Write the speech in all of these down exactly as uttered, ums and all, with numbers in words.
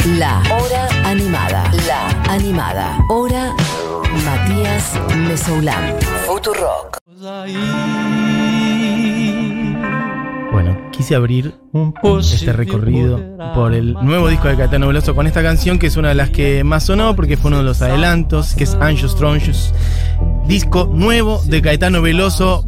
La Hora Animada. La Animada. Hora Matías Mesoulán. Futurock. Bueno, quise abrir este recorrido por el nuevo disco de Caetano Veloso con esta canción que es una de las que más sonó porque fue uno de los adelantos, que es Anjos Tronchos. Disco nuevo de Caetano Veloso,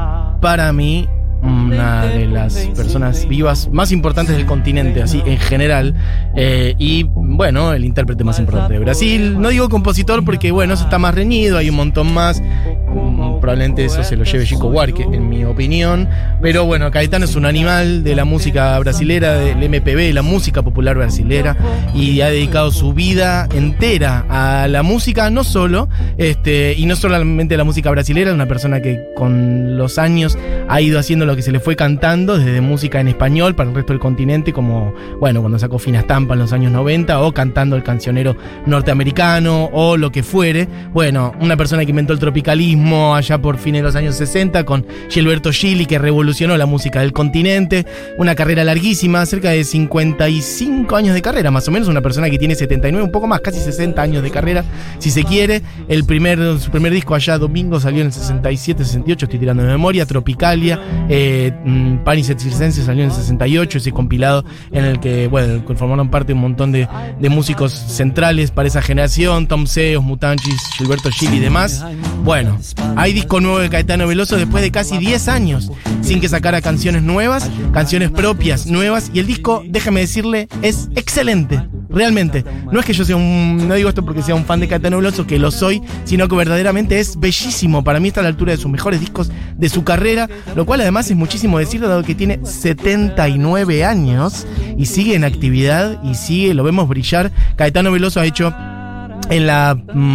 para mí una de las personas vivas más importantes del continente, así en general, eh, y bueno, el intérprete más importante de Brasil. No digo compositor porque bueno, eso está más reñido, hay un montón más. Probablemente eso se lo lleve Chico Buarque, en mi opinión. Pero bueno, Caetano es un animal de la música brasilera, del M P B, la música popular brasilera, y ha dedicado su vida entera a la música, no solo, este, y no solamente a la música brasilera, una persona que con los años ha ido haciendo lo que se le fue cantando, desde música en español para el resto del continente, como bueno, cuando sacó Fina Estampa en los años noventa, o cantando el cancionero norteamericano, o lo que fuere. Bueno, una persona que inventó el tropicalismo allá por fines de los años sesenta con Gilberto Gil, que revolucionó la música del continente. Una carrera larguísima, cerca de cincuenta y cinco años de carrera, más o menos. Una persona que tiene setenta y nueve, un poco más, casi sesenta años de carrera, si se quiere. El primer, su primer disco allá, Domingo, salió en el sesenta y siete, sesenta y ocho, estoy tirando de memoria. Tropicalia, eh, Panis et Circenses salió en el sesenta y ocho, ese compilado en el que, bueno, formaron parte un montón de, de músicos centrales para esa generación, Tom Seos, Mutanchis, Gilberto Gil y demás. Bueno, hay disco nuevo de Caetano Veloso después de casi diez años sin que sacara canciones nuevas, canciones propias nuevas, y el disco, déjame decirle, es excelente, realmente. No es que yo sea un, no digo esto porque sea un fan de Caetano Veloso, que lo soy, sino que verdaderamente es bellísimo. Para mí está a la altura de sus mejores discos de su carrera, lo cual además es muchísimo decirlo, dado que tiene setenta y nueve años y sigue en actividad y sigue, lo vemos brillar. Caetano Veloso ha hecho En, la,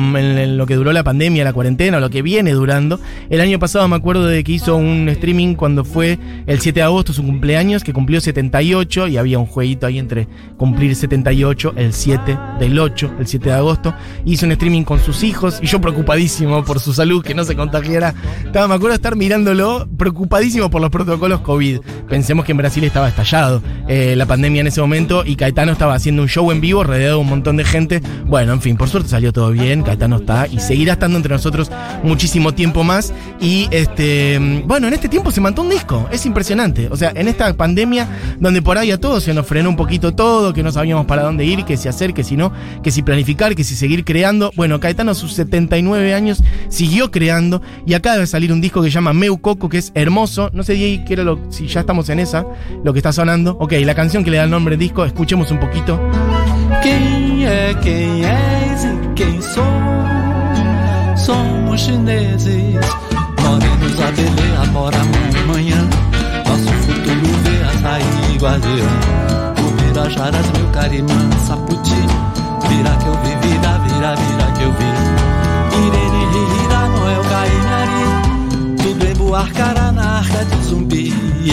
en lo que duró la pandemia, la cuarentena, o lo que viene durando. El año pasado me acuerdo de que hizo un streaming cuando fue el siete de agosto, su cumpleaños, que cumplió setenta y ocho, y había un jueguito ahí entre cumplir setenta y ocho, el siete del ocho, el siete de agosto. Hizo un streaming con sus hijos, y yo preocupadísimo por su salud, que no se contagiara. Estaba, me acuerdo de estar mirándolo, preocupadísimo por los protocolos COVID. Pensemos que en Brasil estaba estallado eh, la pandemia en ese momento, y Caetano estaba haciendo un show en vivo, rodeado de un montón de gente. Bueno, en fin, por suerte salió todo bien. Caetano está y seguirá estando entre nosotros muchísimo tiempo más. Y este, bueno, en este tiempo se mandó un disco. Es impresionante. O sea, en esta pandemia, donde por ahí a todos se nos frenó un poquito todo, que no sabíamos para dónde ir, que si hacer, que si no, que si planificar, que si seguir creando. Bueno, Caetano a sus setenta y nueve años siguió creando, y acaba de salir un disco que se llama Meu Coco, que es hermoso. No sé, Diego, ¿qué era lo, si ya estamos en esa, lo que está sonando? Ok, la canción que le da el nombre al disco, escuchemos un poquito. Quem é, quem és e quem sou? Somos chineses, morenos a pelear, bora amanhã. Nosso futuro vê açaí, guardiã. Comer acharas, meu carimã, saputi. Vira que eu vi, vira, vira, vira que eu vi. Irene, rira, Noel, cainhari. Tudo em Buarcará, na arca de Zumbi.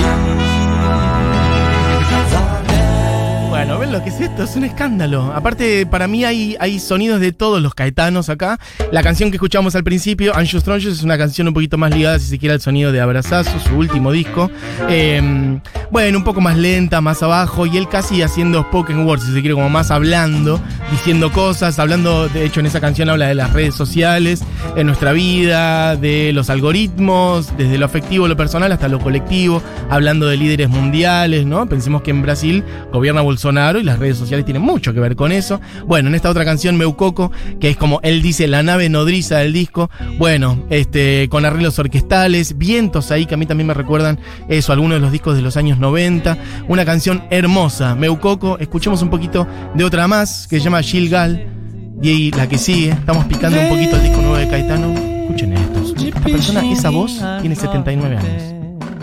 Bueno, ¿ven lo que es esto? Es un escándalo. Aparte, para mí hay, hay sonidos de todos los Caetanos acá. La canción que escuchamos al principio, Anjos Tronchos, es una canción un poquito más ligada, si se quiere, al sonido de Abrazazo, su último disco. Eh, bueno, un poco más lenta, más abajo, y él casi haciendo spoken word, si se quiere, como más hablando, diciendo cosas, hablando, de hecho en esa canción habla de las redes sociales, de nuestra vida, de los algoritmos, desde lo afectivo, lo personal, hasta lo colectivo, hablando de líderes mundiales, ¿no? Pensemos que en Brasil gobierna Bolsonaro, y las redes sociales tienen mucho que ver con eso. Bueno, en esta otra canción, Meu Coco, que es como él dice, la nave nodriza del disco, bueno, este, con arreglos orquestales, vientos ahí que a mí también me recuerdan eso, algunos de los discos de los años noventa. Una canción hermosa, Meu Coco. Escuchemos un poquito de otra más, que se llama Gil Gal, y ahí la que sigue. Estamos picando un poquito el disco nuevo de Caetano. Escuchen esto, esta persona, esa voz, tiene setenta y nueve años.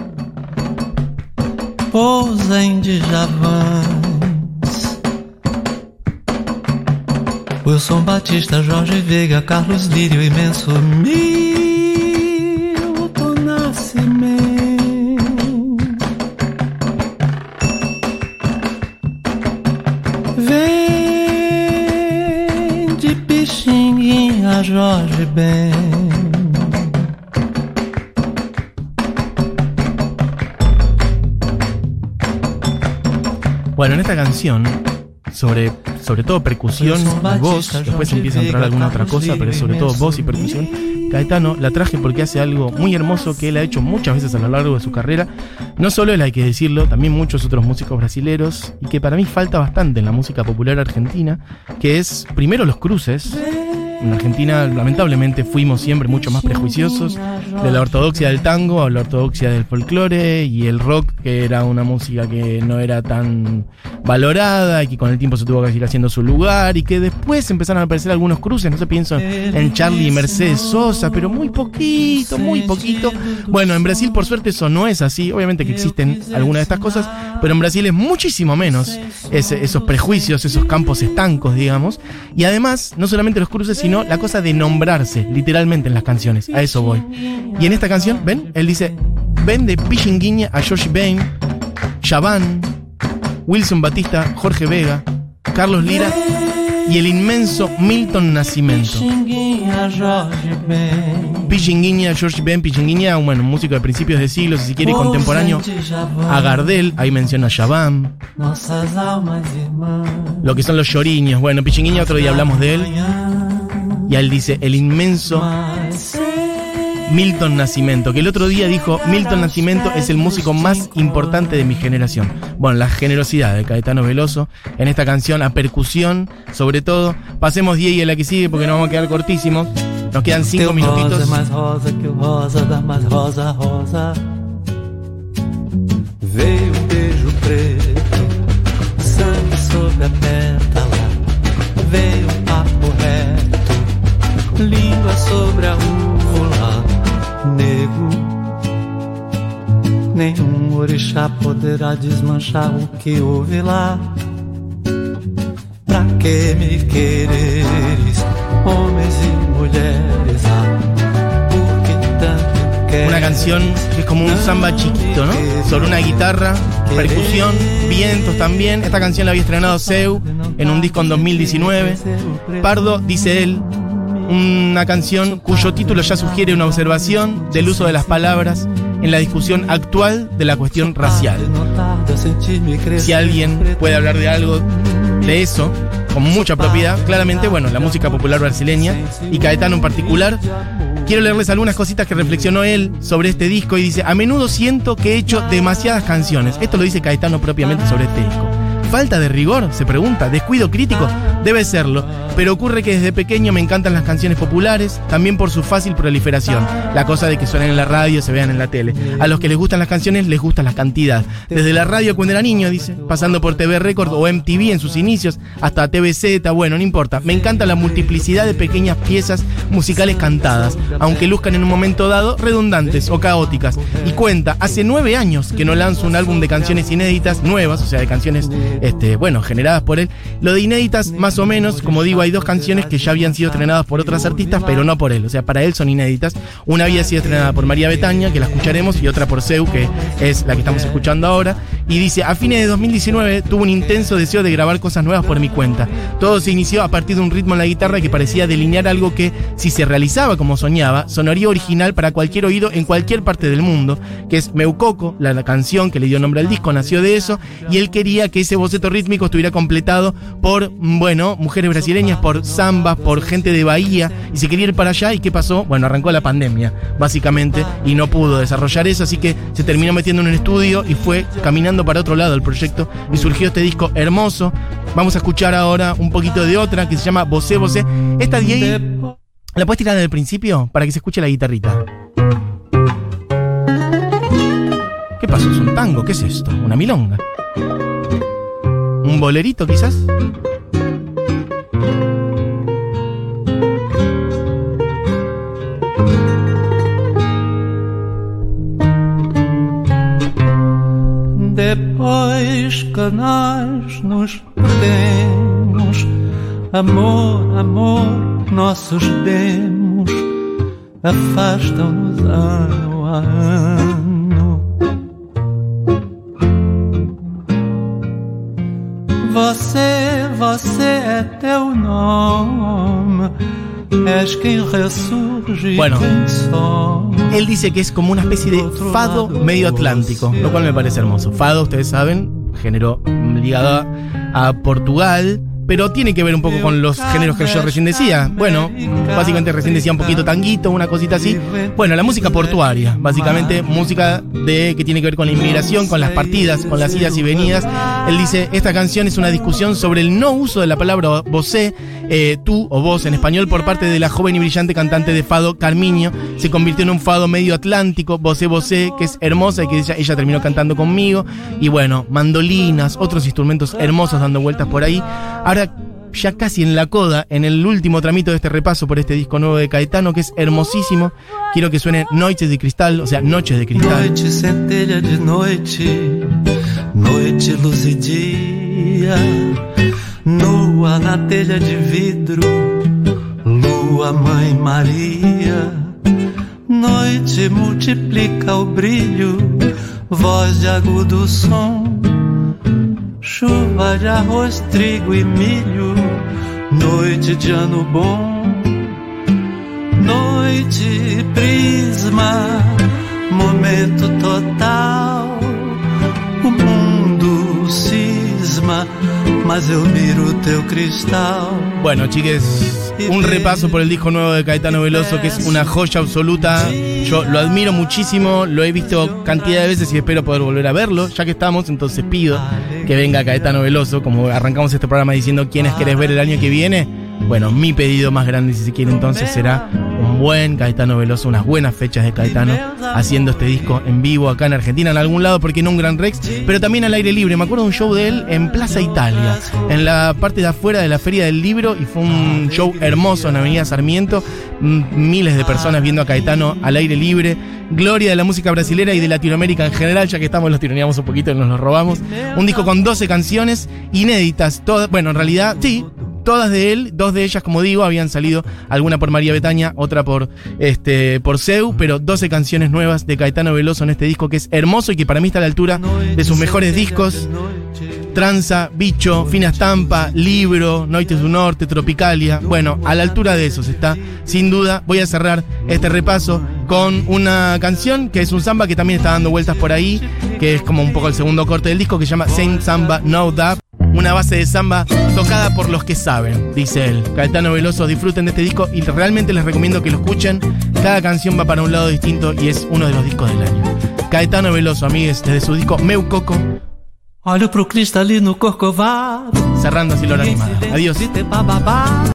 Pousa em Djavans, Wilson Batista, Jorge Veiga, Carlos Lírio, Imenso Milton Nascimento. Vem de Pixinguinha, Jorge Ben. Bueno, en esta canción, sobre sobre todo percusión y voz, después empieza a entrar alguna otra cosa, pero es sobre todo voz y percusión. Caetano la traje porque hace algo muy hermoso que él ha hecho muchas veces a lo largo de su carrera. No solo él, hay que decirlo, también muchos otros músicos brasileros, y que para mí falta bastante en la música popular argentina, que es primero los cruces. En Argentina, lamentablemente, fuimos siempre mucho más prejuiciosos de la ortodoxia del tango a la ortodoxia del folclore, y el rock, que era una música que no era tan valorada y que con el tiempo se tuvo que ir haciendo su lugar, y que después empezaron a aparecer algunos cruces. No sé, pienso en Charly y Mercedes Sosa, pero muy poquito, muy poquito. Bueno, en Brasil, por suerte, eso no es así. Obviamente que existen algunas de estas cosas, pero en Brasil es muchísimo menos ese, esos prejuicios, esos campos estancos, digamos. Y además, no solamente los cruces, sino la cosa de nombrarse literalmente en las canciones. A eso voy. Y en esta canción, ¿ven? Él dice: ven de Pichinguinha a Jorge Ben, Chavannes, Wilson Batista, Jorge Vega, Carlos Lira y el inmenso Milton Nascimento. Pichinguinha, Jorge Ben, Pichinguinha, bueno, un músico de principios de siglo, si se quiere, contemporáneo a Gardel. Ahí menciona a Chavannes. Lo que son los lloriños. Bueno, Pichinguinha, otro día hablamos de él. Y él dice, el inmenso Milton Nascimento, que el otro día dijo: Milton Nascimento es el músico más importante de mi generación. Bueno, la generosidad de Caetano Veloso en esta canción, a percusión, sobre todo. Pasemos diez y a la que sigue porque nos vamos a quedar cortísimos. Nos quedan cinco minutitos. Rosa, mais rosa que o rosa da mais rosa rosa. Veio um beijo preto, sangue sobre a pétala. Veio um papo reto, língua sobre a úvula. Nego, nenhum orixá poderá desmanchar o que houve lá. Pra que me quereres, homens y mulheres? Ah, porque tanto queres. Una canción que es como un samba chiquito, ¿no? Sobre una guitarra, percusión, vientos también. Esta canción la había estrenado Seu en un disco en dos mil diecinueve. Pardo, dice él, una canción cuyo título ya sugiere una observación del uso de las palabras en la discusión actual de la cuestión racial. Si alguien puede hablar de algo de eso con mucha propiedad, claramente, bueno, la música popular brasileña, y Caetano en particular. Quiero leerles algunas cositas que reflexionó él sobre este disco y dice: a menudo siento que he hecho demasiadas canciones. Esto lo dice Caetano propiamente sobre este disco. ¿Falta de rigor? Se pregunta. ¿Descuido crítico? Debe serlo, pero ocurre que desde pequeño me encantan las canciones populares, también por su fácil proliferación, la cosa de que suenen en la radio, se vean en la tele. A los que les gustan las canciones les gusta la cantidad. Desde la radio cuando era niño, dice, pasando por T V Record o M T V en sus inicios, hasta T V Z, bueno, no importa. Me encanta la multiplicidad de pequeñas piezas musicales cantadas, aunque luzcan en un momento dado redundantes o caóticas. Y cuenta, hace nueve años que no lanzo un álbum de canciones inéditas, nuevas, o sea, de canciones, este, bueno, generadas por él. Lo de inéditas, más o menos, como digo, hay dos canciones que ya habían sido estrenadas por otras artistas, pero no por él, o sea, para él son inéditas. Una había sido estrenada por María Bethânia, que la escucharemos, y otra por Seu, que es la que estamos escuchando ahora. Y dice, a fines de dos mil diecinueve tuve un intenso deseo de grabar cosas nuevas por mi cuenta. Todo se inició a partir de un ritmo en la guitarra que parecía delinear algo que, si se realizaba como soñaba, sonaría original para cualquier oído en cualquier parte del mundo, que es Meu Coco, la, la canción que le dio nombre al disco, nació de eso, y él quería que ese boceto rítmico estuviera completado por, bueno, mujeres brasileñas, por zambas, por gente de Bahía, y se quería ir para allá. ¿Y qué pasó? Bueno, arrancó la pandemia, básicamente, y no pudo desarrollar eso, así que se terminó metiendo en un estudio y fue caminando para otro lado el proyecto, y surgió este disco hermoso. Vamos a escuchar ahora un poquito de otra que se llama Você, Você. Esta de ahí, ¿la puedes tirar desde el principio? Para que se escuche la guitarrita. ¿Qué pasó? ¿Es un tango? ¿Qué es esto? ¿Una milonga? ¿Un bolerito quizás? Depois que nós nos perdemos, amor, amor, nossos demos afastam-nos ano a ano. Você, você é teu nome, és quem ressurge. Bueno, quem some. Él dice que es como una especie de fado medio atlántico, lo cual me parece hermoso. Fado, ustedes saben, género ligado a Portugal, pero tiene que ver un poco con los géneros que yo recién decía. Bueno, básicamente recién decía un poquito tanguito, una cosita así. Bueno, la música portuaria, básicamente música de que tiene que ver con la inmigración, con las partidas, con las idas y venidas. Él dice, esta canción es una discusión sobre el no uso de la palabra vosé, eh, tú o vos en español, por parte de la joven y brillante cantante de fado Carminho. Se convirtió en un fado medio atlántico, vosé vosé, que es hermosa y que ella, ella terminó cantando conmigo. Y bueno, mandolinas, otros instrumentos hermosos dando vueltas por ahí. Ahora, ya casi en la coda, en el último tramito de este repaso por este disco nuevo de Caetano, que es hermosísimo, quiero que suene Noites de Cristal, o sea, Noches de Cristal. Noite, centelha de noite, noite, luz e dia, nua na telha de vidro, lua, mãe Maria. Noite multiplica o brilho, voz de agudo som, chuva de arroz, trigo e milho, noite de ano bom, noite prisma, momento total, o mundo cisma, mas eu miro teu cristal. Bueno, chiques, un repaso por el disco nuevo de Caetano Veloso, que es una joya absoluta. Yo lo admiro muchísimo, lo he visto cantidad de veces y espero poder volver a verlo. Ya que estamos, entonces pido que venga Caetano Veloso, como arrancamos este programa diciendo quiénes querés ver el año que viene. Bueno, mi pedido más grande, si se quiere, entonces será un buen Caetano Veloso, unas buenas fechas de Caetano haciendo este disco en vivo acá en Argentina, en algún lado, porque no un Gran Rex, pero también al aire libre. Me acuerdo de un show de él en Plaza Italia, en la parte de afuera de la Feria del Libro, y fue un show hermoso en Avenida Sarmiento, miles de personas viendo a Caetano al aire libre. Gloria de la música brasilera y de Latinoamérica en general, ya que estamos, los tironeamos un poquito y nos los robamos. Un disco con doce canciones inéditas, todas, bueno, en realidad, sí, todas de él, dos de ellas, como digo, habían salido, alguna por María Betaña, otra por este por Seu, pero doce canciones nuevas de Caetano Veloso en este disco, que es hermoso y que para mí está a la altura de sus mejores discos: Tranza, Bicho, Fina Estampa, Libro, Noites do Norte, Tropicalia. Bueno, a la altura de esos está, sin duda. Voy a cerrar este repaso con una canción que es un samba que también está dando vueltas por ahí, que es como un poco el segundo corte del disco, que se llama Saint Samba No Dab. Una base de samba tocada por los que saben, dice él. Caetano Veloso, disfruten de este disco y realmente les recomiendo que lo escuchen. Cada canción va para un lado distinto y es uno de los discos del año. Caetano Veloso, amigues, desde su disco Meu Coco. Olho pro cristalino corcovado, cerrando así la hora animada. Adiós.